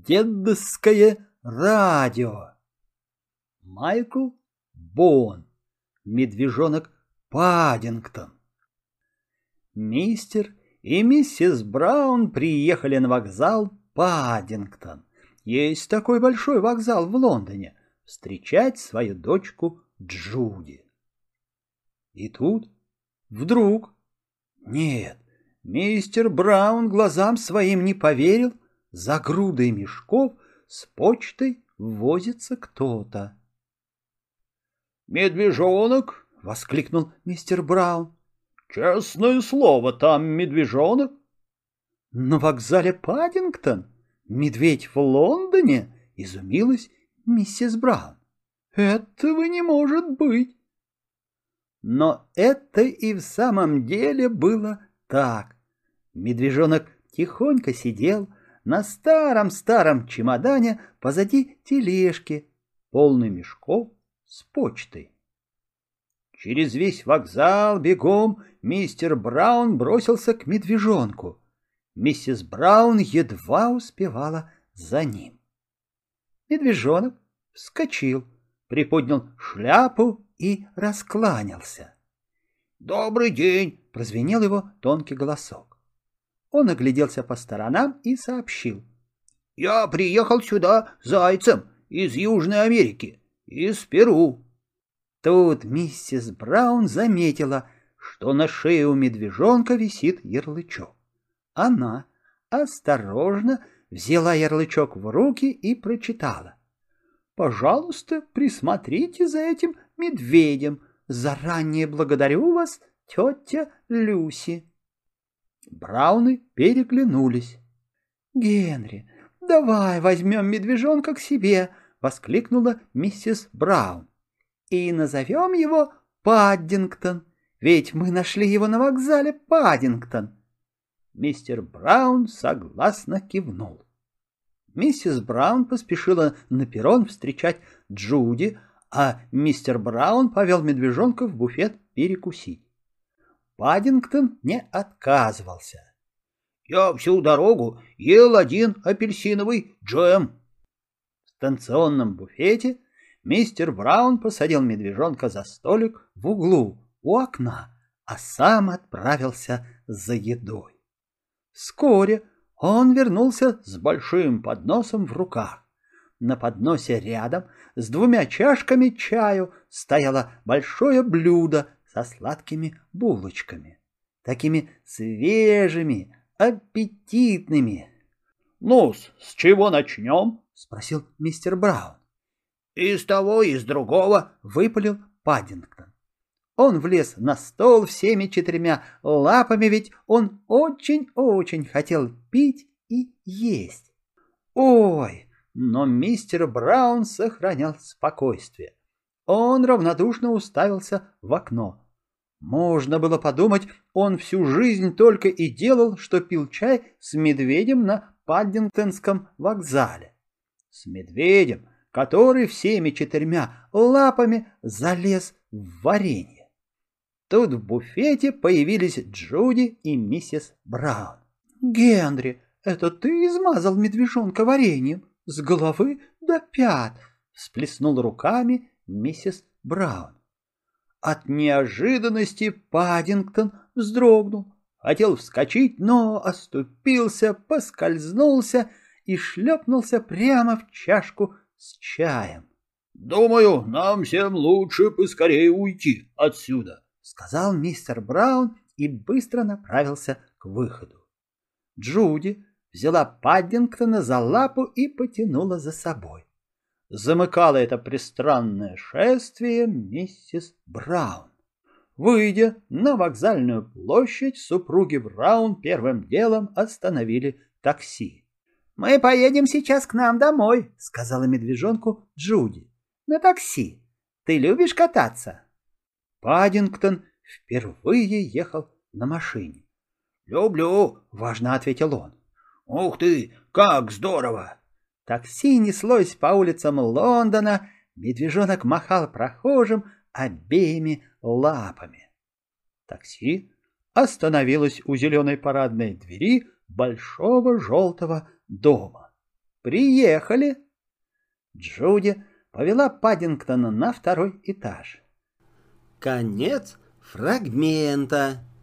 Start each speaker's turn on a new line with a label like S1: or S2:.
S1: дедовское радио. Майкл Бон, медвежонок Паддингтон. Мистер и миссис Браун приехали на вокзал Паддингтон. Есть такой большой вокзал в Лондоне. Встречать свою дочку Джуди. И тут вдруг... Нет, мистер Браун глазам своим не поверил. За грудой мешков с почтой возится кто-то. «Медвежонок!» — воскликнул мистер Браун. «Честное слово, там медвежонок!» «На вокзале Паддингтон? Медведь в Лондоне?» — изумилась миссис Браун. «Этого не может быть!» Но это и в самом деле было так. Медвежонок тихонько сидел на старом-старом чемодане позади тележки, полной мешков с почтой. Через весь вокзал бегом мистер Браун бросился к медвежонку. Миссис Браун едва успевала за ним. Медвежонок вскочил, приподнял шляпу и раскланялся. «Добрый день!» — прозвенел его тонкий голосок. Он огляделся по сторонам и сообщил. «Я приехал сюда зайцем из Южной Америки, из Перу». Тут миссис Браун заметила, что на шее у медвежонка висит ярлычок. Она осторожно взяла ярлычок в руки и прочитала: «Пожалуйста, присмотрите за этим медведем. Заранее благодарю вас, тетя Люси». Брауны переглянулись. «Генри, давай возьмем медвежонка к себе», — воскликнула миссис Браун. «И назовем его Паддингтон, ведь мы нашли его на вокзале Паддингтон». Мистер Браун согласно кивнул. Миссис Браун поспешила на перрон встречать Джуди, а мистер Браун повел медвежонка в буфет перекусить. Паддингтон не отказывался. «Я всю дорогу ел один апельсиновый джем». В станционном буфете мистер Браун посадил медвежонка за столик в углу у окна, а сам отправился за едой. Вскоре он вернулся с большим подносом в руках. На подносе рядом с 2 чашками чаю стояло большое блюдо со сладкими булочками, такими свежими, аппетитными. «Ну-с, с чего начнем?» — спросил мистер Браун. «И с того, и с другого», — выпалил Паддингтон. Он влез на стол всеми 4 лапами, ведь он очень-очень хотел пить и есть. Ой, но мистер Браун сохранял спокойствие. Он равнодушно уставился в окно. Можно было подумать, он всю жизнь только и делал, что пил чай с медведем на Паддингтонском вокзале. С медведем, который всеми 4 лапами залез в варенье. Тут в буфете появились Джуди и миссис Браун. «Генри, это ты измазал медвежонка вареньем с головы до пят?» — всплеснул руками миссис Браун. От неожиданности Паддингтон вздрогнул, хотел вскочить, но оступился, поскользнулся и шлепнулся прямо в чашку с чаем. «Думаю, нам всем лучше поскорее уйти отсюда», — сказал мистер Браун и быстро направился к выходу. Джуди взяла Паддингтона за лапу и потянула за собой. Замыкала это пристранное шествие миссис Браун. Выйдя на вокзальную площадь, супруги Браун первым делом остановили такси. «Мы поедем сейчас к нам домой», — сказала медвежонку Джуди. «На такси. Ты любишь кататься?» Паддингтон впервые ехал на машине. «Люблю», — важно ответил он. «Ух ты, как здорово!» Такси неслось по улицам Лондона, медвежонок махал прохожим обеими лапами. Такси остановилось у зеленой парадной двери большого желтого дома. Приехали. Джуди повела Паддингтона на второй этаж.
S2: Конец фрагмента.